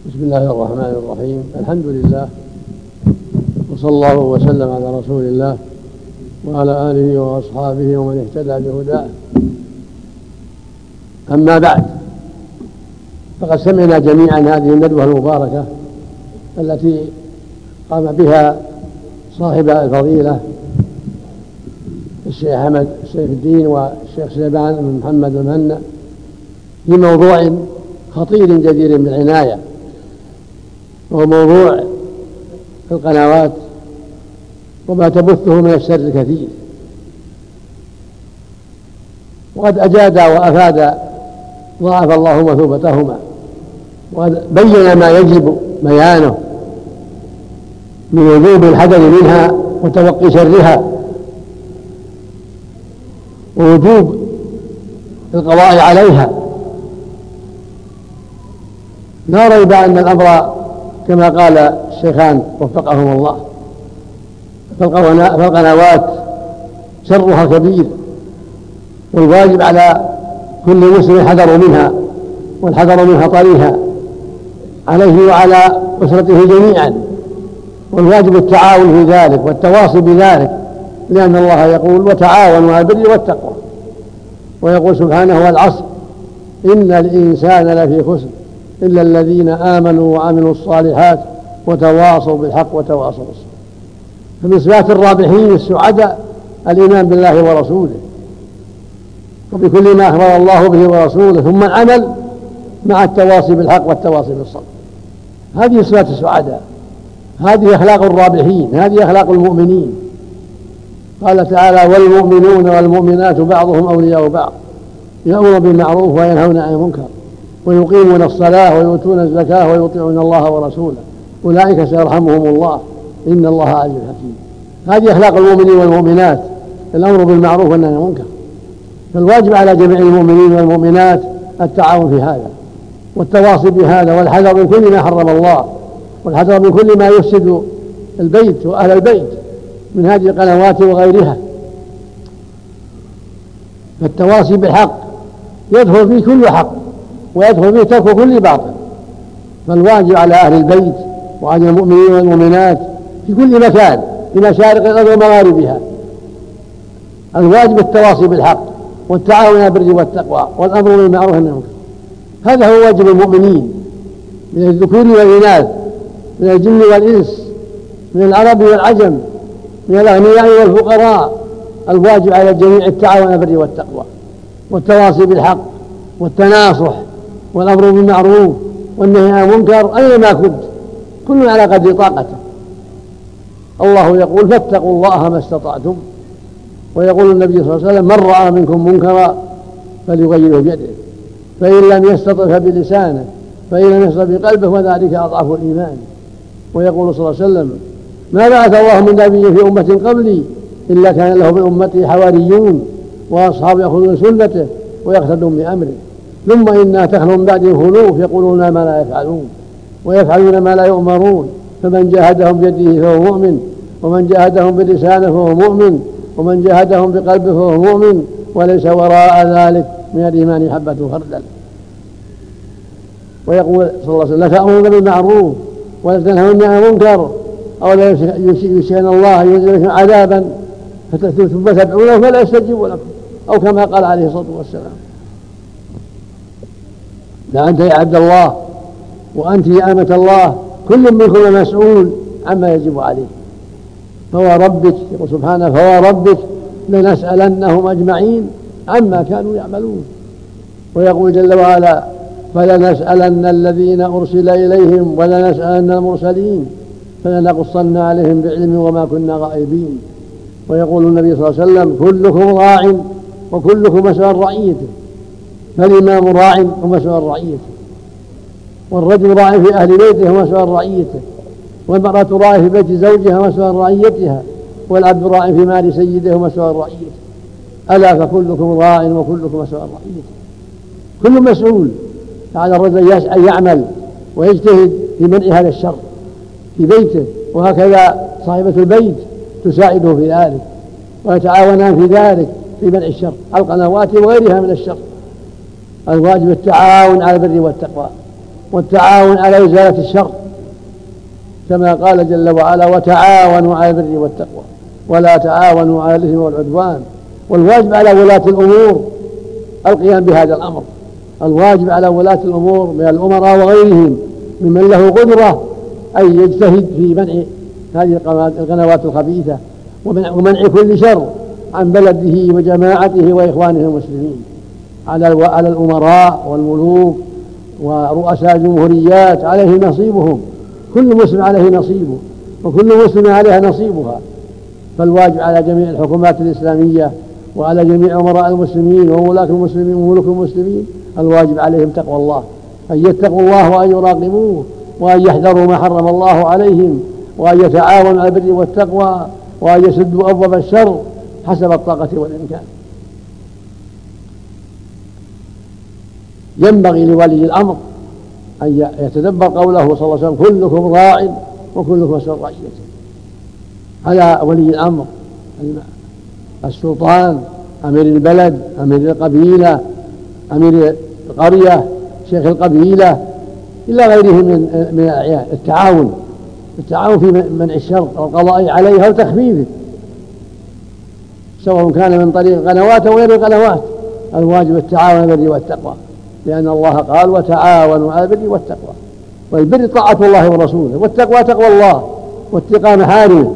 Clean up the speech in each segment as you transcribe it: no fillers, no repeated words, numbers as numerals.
بسم الله الرحمن الرحيم. الحمد لله، وصلى الله وسلم على رسول الله وعلى آله وأصحابه ومن اهتدى بهداه. أما بعد، فقد سمعنا جميعا هذه الندوة المباركة التي قام بها صاحب الفضيلة الشيخ أحمد سيف الدين والشيخ سليمان بن محمد المهنا في موضوع خطير جدير بالعناية، وهو موضوع القنوات وما تبثه من الشر الكثير. وقد أجاد وأفاد ضاعف الله مثوبتهما، وقد بين ما يجب بيانه من وجوب الحذر منها وتوقي شرها ووجوب القضاء عليها. لا ريب أن الأمر كما قال الشيخان وفقهم الله، فالقنوات شرها كبير، والواجب على كل مسلم الحذر منها والحذر من خطرها عليه وعلى أسرته جميعا، والواجب التعاون في ذلك والتواصي بذلك، لأن الله يقول وتعاونوا على البر والتقوى، ويقول سبحانه والعصر إن الإنسان لفي خسر إلا الذين آمنوا وعملوا الصالحات وتواصوا بالحق وتواصوا بالصبر. فمن صفات الرابحين السعداء الإيمان بالله ورسوله وبكل ما أخبر الله به ورسوله، ثم العمل مع التواصي بالحق والتواصي بالصبر. هذه صفات السعداء، هذه أخلاق الرابحين، هذه أخلاق المؤمنين. قال تعالى والمؤمنون والمؤمنات بعضهم أولياء بعض يأمرون بالمعروف وينهون عن المنكر ويقيمون الصلاة ويؤتون الزكاة ويطيعون الله ورسوله أولئك سيرحمهم الله إن الله عزيز حكيم. هذه أخلاق المؤمنين والمؤمنات، الأمر بالمعروف والنهي عن المنكر. فالواجب على جميع المؤمنين والمؤمنات التعاون في هذا والتواصي بهذا، والحذر من كل ما حرم الله، والحذر من كل ما يفسد البيت وأهل البيت من هذه القنوات وغيرها. فالتواصي بالحق يدخل فيه كل حق ويدخل فيه ترك كل باطل، فالواجب على أهل البيت وعلى المؤمنين والمؤمنات في كل مكان في مشارق الأرض ومغاربها الواجب التواصي بالحق والتعاون على البر والتقوى والأمر بالمعروف والنهي عن المنكر. هذا هو واجب المؤمنين من الذكور والإناث، من الجن والإنس، من العرب والعجم، من الأغنياء والفقراء. الواجب على الجميع التعاون على البر والتقوى والتواصي بالحق والتناصح والأمر بالمعروف والنهي عن المنكر أينما كنت، كل على قدر طاقته. الله يقول فاتقوا الله ما استطعتم، ويقول النبي صلى الله عليه وسلم من رأى منكم منكرا فليغيره بيده، فإن لم يستطع فبلسانه، فإن لم يستطع بقلبه وذلك أضعف الإيمان. ويقول صلى الله عليه وسلم ما بعث الله من نبي في أمة قبلي إلا كان له من أمته حواريون وأصحاب يأخذون سنته ويقتدون بأمره، ثم إنها تخلو من بعدهم خلوف يقولون ما لا يفعلون ويفعلون ما لا يؤمرون، فمن جاهدهم بيده فهو مؤمن، ومن جاهدهم بلسانه فهو مؤمن، ومن جاهدهم بقلبه فهو مؤمن، وليس وراء ذلك من الإيمان حبة خردل. ويقول صلى الله عليه وسلم لتأمرون بالمعروف ولا تنهون عن المنكر أو لا يشهدن الله ينزل عذابا ثم تدعونه فلا يستجيب لكم، أو كما قال عليه الصلاة والسلام. لا أنت يا عبد الله وأنت يا أمة الله كل منكم مسؤول عما يجب عليه، فهو ربك يقول سبحانه فهو ربك لنسألنهم أجمعين عما كانوا يعملون. ويقول جل وعلا فلنسألن الذين أرسل إليهم ولنسألن المرسلين فلنقصن عليهم بعلم وما كنا غائبين. ويقول النبي صلى الله عليه وسلم كلكم راع وكلكم مسؤول عن رعيته، فالإمام راع ومسؤول عن رعيته، والرجل راع في أهل بيته ومسؤول عن رعيته، والمرأة راع في بيت زوجها ومسؤول عن رعيتها، والعبد راع في مال سيده ومسؤول عن رعيته. ألا فكلكم راع وكلكم مسؤول عن رعيته. كل مسؤول. على الرجل أن يعمل ويجتهد في منع هذا الشر في بيته، وهكذا صاحبة البيت تساعده في ذلك ويتعاونان في ذلك في منع الشر القنوات وغيرها من الشر. الواجب التعاون على البر والتقوى والتعاون على إزالة الشر، كما قال جل وعلا: وتعاونوا على البر والتقوى ولا تعاونوا على الإثم والعدوان. والواجب على ولاة الأمور القيام بهذا الأمر، الواجب على ولاة الأمور من الأمراء وغيرهم ممن له قدرة أن يجتهد في منع هذه القنوات الخبيثة ومنع كل شر عن بلده وجماعته وإخوانه المسلمين. على الأمراء والملوك ورؤساء الجمهوريات عليه نصيبهم، كل مسلم عليه نصيبه وكل مسلم عليها نصيبها. فالواجب على جميع الحكومات الإسلامية وعلى جميع أمراء المسلمين وولاة المسلمين وملوك المسلمين الواجب عليهم تقوى الله، أن يتقوا الله وأن يراقبوه وأن يحذروا ما حرم الله عليهم وأن يتعاونوا على البر والتقوى وأن يسدوا أبواب الشر حسب الطاقة والإمكان. ينبغي لولي الأمر أن يتدبر قوله صلى الله عليه وسلم: كلكم راع وكلكم مسؤول عن رعيته. على ولي الأمر السلطان، أمير البلد، أمير القبيلة، أمير القرية، شيخ القبيلة إلى غيره من الأعيان، التعاون في منع الشر والقضاء عليه أو تخفيفه، سواء كان من طريق قنوات أو غير القنوات. الواجب التعاون على البر والتقوى، لأن الله قال: وتعاونوا على البر والتقوى. والبر طاعة الله ورسوله، والتقوى تقوى الله واتقاء محارمه.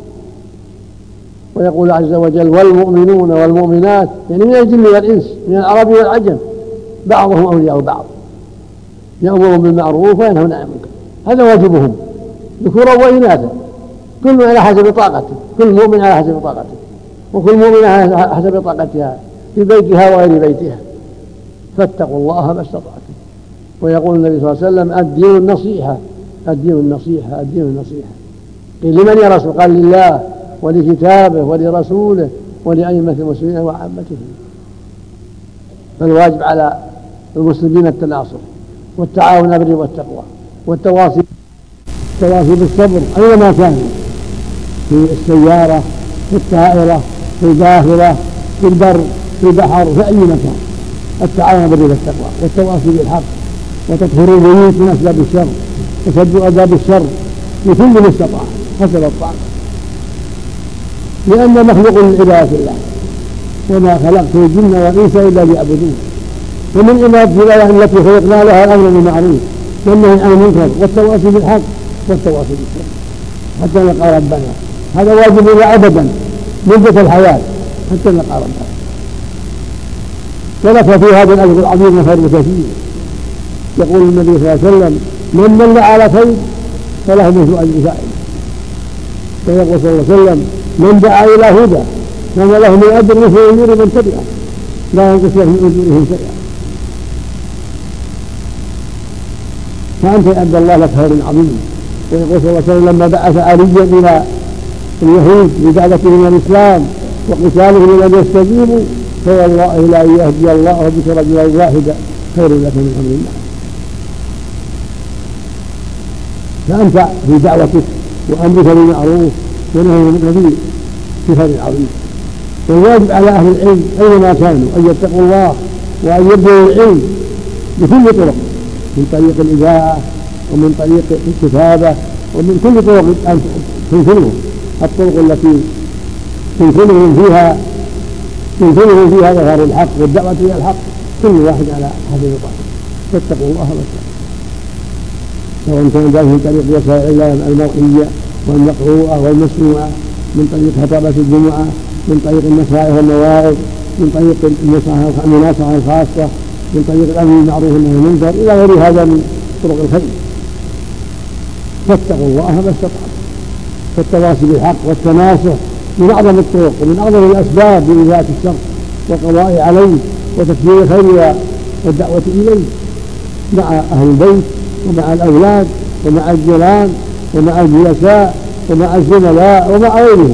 ويقول عز وجل: والمؤمنون والمؤمنات، يعني من الجن والإنس، من العرب والعجم، بعضهم أولياء بعض، يأمرون بالمعروف وينهون عن المنكر. هذا واجبهم ذكورا وإناثا، كل على حسب طاقته، كل مؤمن على حسب طاقته، وكل مؤمن على حسب طاقتها في بيتها وغير بيتها. فاتقوا الله ما استطعتم. ويقول النبي صلى الله عليه وسلم: الدين النصيحة، الدين النصيحة، الدين النصيحة. قيل: لمن يا رسول؟ قال: لله ولكتابه ولرسوله ولأئمة المسلمين وعامتهم. فالواجب على المسلمين التناصر والتعاون على البر والتقوى والتواصي بالصبر أينما كانوا، في السيارة، في الطائرة، في الباخرة، في البر، في البحر، في أي مكان. التعاون على البر والتقوى والتواصي بالحق وتطهير البيوت من أسباب الشر وسد أبواب الشر بكل ما استطاع حسب الطاقة، لأن مخلوق لعبادة الله، وما خلقت الجن والإنس إلا ليعبدون. ومن عبادة الله التي خلقنا لها الأمر بالمعروف والنهي عن المنكر والتواصي بالحق والتواصي بالصبر حتى نلقى ربنا. هذا واجب لنا أبدا مدة الحياة حتى نلقى ربنا. ولك في هذا الأجر العظيم خير كثير. يقول النبي صلى الله عليه وسلم: من دل على خير فله مثل أجر فاعله. ويقول صلى الله عليه وسلم: من دعا إلى هدى كان له من أجر مثل أجور من تبعه لا ينقص له من أجورهم شيئا. فأنت يؤدى الله لك خير عظيم. ويقول صلى الله عليه وسلم: لما بعث عليا إلى اليهود بدعوتهم إلى الإسلام وقتالهم لم يستجيبوا فوالله لا يهدي الله بك رجلا واحدا خير لك من أمر الله. فأنت في دعوتك وأمرك بالمعروف ونهي عن المنكر في خير عظيم. والواجب على أهل العلم أينما كانوا أن يتقوا الله وأن يبذلوا العلم بكل طرق، من طريق الإذاعة ومن طريق الكتابة ومن كل طرق أن تنفذهم، الطرق التي تنفذهم فيها ظهر الحق والدعوة إلى الحق، كل واحد على حسب طاقته. فاتقوا الله واتقوا، سواء كان ذلك من طريق وسائل الإعلام المرئية والمقروءة والمسموعة، من طريق خطابة الجمعة، من طريق النصائح والمواعظ، من طريق المناصحة الخاصة، من طريق الأمر بالمعروف والنهي عن المنكر، إلى غير هذا من طرق الخير. فاتقوا الله ما استطعتم. فالتواصي بالحق والتناصح من أعظم الطرق ومن أعظم الأسباب لإزالة الشر والقضاء عليه وتكفير الخير والدعوة إليه مع أهل البيت ومع الأولاد ومع الجيران ومع الجلساء ومع الزملاء ومع غيرهم.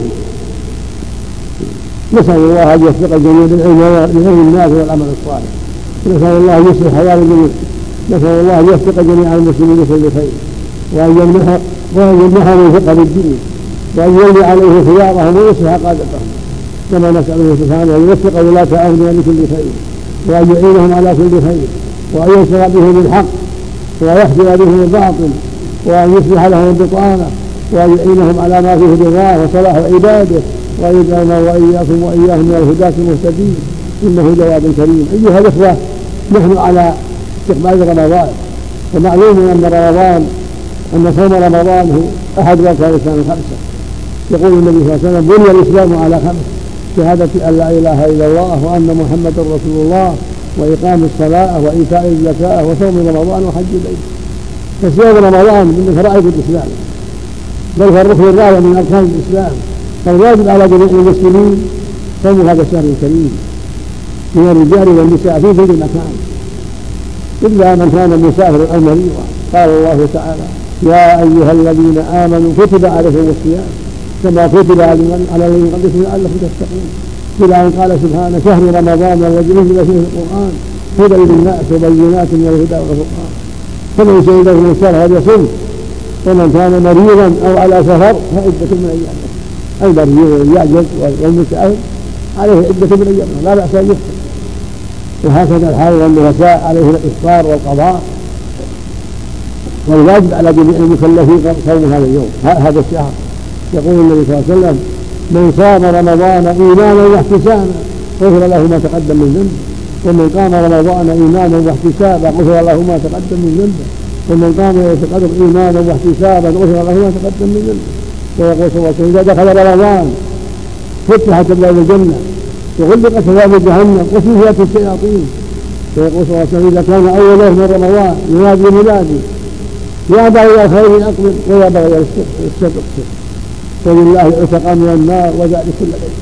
نسأل الله أن يوفق الجميع للعلم النافع والعمل الصالح. نسأل الله أن يصلح حياة الجميع. نسأل الله أن يوفق جميع المسلمين لكل خير، وأن يمنحهم الفقه بالدين، وأن يولي عليه خيارهم ويصلح قادتهم، كما نسأله سبحانه أن يوفق ولاة أمرنا لكل خير، وأن يعينهم على كل خير، وأن ينصر بهم الحق ويخبر بهم الباطل، وأن يصلح لهم البطانة، وأن يعينهم على ما فيه رضاه وصلاح عباده، وأن يجعلنا وإياكم وإياهم من الهداة المهتدين، إنه جواد كريم. أيها الإخوة، نحن على استقبال رمضان، ومعلوم أن صوم رمضان هو أحد أركان الإسلام الخمسة. يقول النبي صلى الله عليه وسلم: بني الإسلام على خمس: شهادة أن لا إله إلا الله وأن محمدا رسول الله، وإقام الصلاة، وإيتاء الزكاة، وصوم رمضان، وحج البيت. فصيام رمضان من فرائض الإسلام، بل هو الركن الرابع من أركان الإسلام، فالواجب على جميع المسلمين صوم هذا الشهر الكريم من الرجال والنساء في كل مكان، إلا من كان مسافرا أو مريضا. قال الله تعالى: يا أيها الذين آمنوا كتب عليكم الصيام كما كتب على الذين قبلكم لعلكم تتقون. إلى أن قال سبحانه: شهر رمضان الذي أنزل فيه القرآن هدى للناس وبينات من الهدى والفرقان، فمن شهد منكم الشهر فليصم، ومن كان مريضا أو على سفر فعدة من أيام. المريض واليعجز والمسافر عليه عدة من أيام، لا بأس أن يفطر. وهكذا الحائض والنفساء عليه الإفطار والقضاء. والواجب على جميع المكلفين صوم هذا اليوم هذا الشهر. يقول النبي صلى الله عليه وسلم: من صام رمضان إيمانا واحتسابا غفر له ما تقدم من ذنبه، ومن قام رمضان إيمانا واحتسابا غفر له ما تقدم من ذنبه، ومن قام ليلة القدر إيمانا واحتسابا غفر له ما تقدم من ذنبه. ويقول صلى الله عليه وسلم: إذا دخل رمضان فتحت أبواب الجنة وغلقت أبواب جهنم وسلسلت الشياطين. ويقول صلى الله عليه وسلم: إذا كان أول يوم من رمضان ينادي منادي: يا باغي الخير أقبل ويا باغي الشر اقصر، ولله عتق من النار وذلك كل ليل.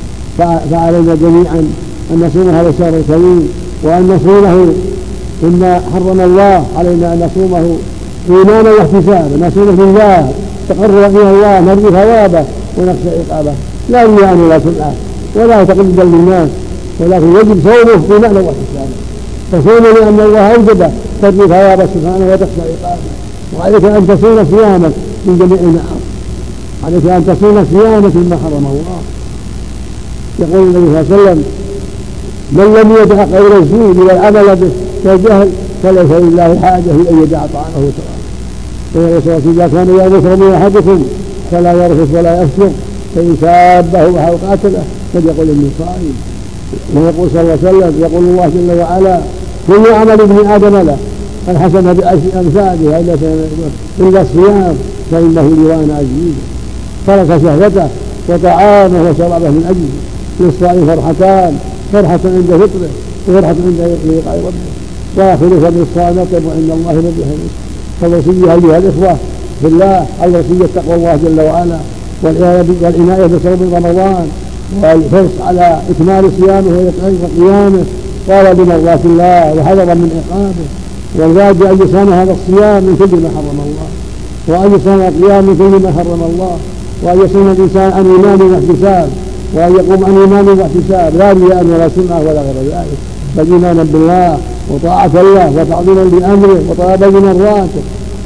فعلينا جميعا أن نصوم هذا الشهر الكريم، وأن نصومه مما حرم الله علينا، أن نصومه إيمانا واحتسابا، نصومه لله تقرب إلى الله، نرجو ثوابه ونخشى عقابه، لا رياء ولا سمعة ولا تقليدا للناس، ولكن يجب صومه إيمانا واحتسابا. فصوموا لأن الله أوجبه، ترجو ثوابه سبحانه وتخشى عقابه. وعليك أن تصوم صيامك من جميع النعم، عليك أن تصوم صيامك مما حرم الله. يقول النبي صلى الله عليه وسلم: من لم يدع قول الزور والعمل به والجهل فليس لله حاجة في أن يدع طعامه وشرابه. ويقول صلى الله عليه وسلم: إذا كان يوم يصوم أحدكم فلا يرفث ولا يفسق، فإن سابه أو قاتله فليقل إني صائم. ويقول صلى الله عليه وسلم: يقول الله جل وعلا: كل عمل ابن آدم له الحسنة بعشر أمثالها إلا الصيام فإنه لواء عزيز. ترك شهوته وطعامه وشرابه من أجله. للصائم فرحتان: فرحة عند فطره وفرحة عند لقاء ربه، وآخر فضل الصائم يطلب عند الله ربه. فالوصية أيها الإخوة في الله، الوصية تقوى الله جل وعلا، والعناية بصوم رمضان، والحرص على إكمال صيامه وقيامه، قال بمرضاة الله وحذرا من عقابه. والواجب أن يصام هذا الصيام من كل ما حرم الله، وأن يصام القيام من كل ما حرم الله، وأن يصوم الإنسان عن إيمان واحتساب، وأن يقوم عن إيمان واحتساب، لا رياء ولا سمعة ولا غير ذلك، بل إيمانا بالله وطاعة الله وتعظيما لأمره وطلبا لمرضاته.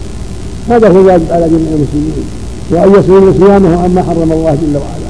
هذا هو الواجب على جميع المسلمين، وأن يصوم صيامه عما حرم الله جل وعلا.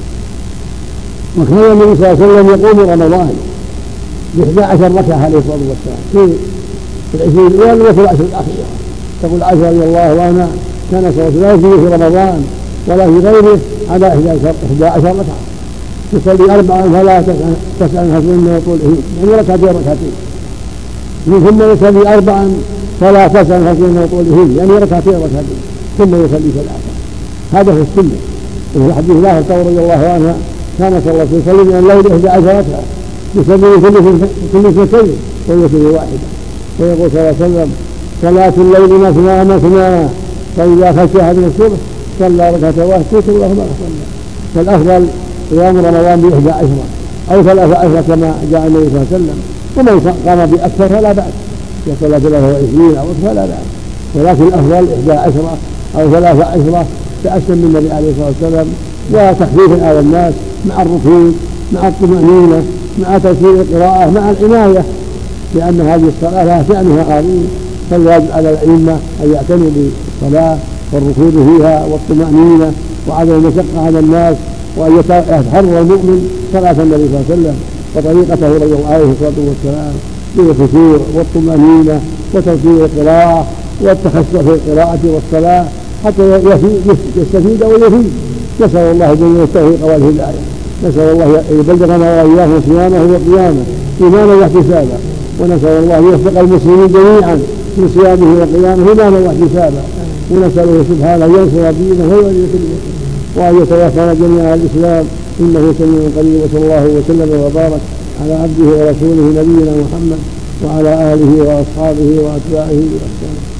وكان النبي صلى الله عليه وسلم يقوم رمضان ب11 ركعة عليه الصلاة والسلام في العشرين الأول وفي العشر الأخيرة. تقول عائشة رضي الله عنها: كان صلى الله عليه وسلم في رمضان ولا في غيره على 11 ركعة، يصلي 4 فلا تسأل هزمنا وطولهن، يعني ركعتين، ثم يصلي 4 فلا تسأل هزمنا وطولهن، يعني ركعتين ثم يصلي 3. هذا هو السنة. وفي حديث الله رضي الله عنها: كان صلى الله عليه وسلم من الليل 11 ركعة يصلي كل اثنتين ويصلي واحدة. ويقول صلى الله عليه وسلم: صلاة الليل مثنى مثنى، فإذا خشي أحدكم الصبح صلى ركعة واحدة يذكر الله ما صلى. فالأفضل قيام رمضان ب11 أو 13 كما جاء النبي صلى الله عليه وسلم. ومن قام بأكثر فلا بأس، يصلى 23 أو أكثر فلا بأس، ولكن الأفضل 11 أو 13 تأسم من النبي عليه الصلاة والسلام، وتخفيف على الناس مع الركوع مع الطمأنينة مع تسهيل القراءة مع العناية، لأن هذه الصلاة لها شأنها عظيم. فالواجب على الأئمة أن يعتنوا بالصلاة والركوع فيها والطمأنينة وعدم المشقة على الناس، وأن يتحرى المؤمن صلاة النبي صلى الله عليه وسلم وطريقته عليه الصلاة والسلام بالخشوع والطمأنينة وترتيب القراءة والتخشع في القراءة والصلاة حتى يستفيد ويفيد. نسأل الله جل التوفيق والهداية. نسأل الله أن يبلغنا وإياهم صيامه وقيامه إيمانا واحتسابا، ونسأل الله أن يوفق المسلمين جميعا في صيامه وقيامه إيمانا واحتسابا، ونسأله سبحانه أن ينصر دينه ويولي كلمته وأن يتوفانا جميعا على الإسلام إنه سميع قريب. وصلى الله وسلم وبارك على عبده ورسوله نبينا محمد وعلى آله وأصحابه وأتباعه وأحسانه.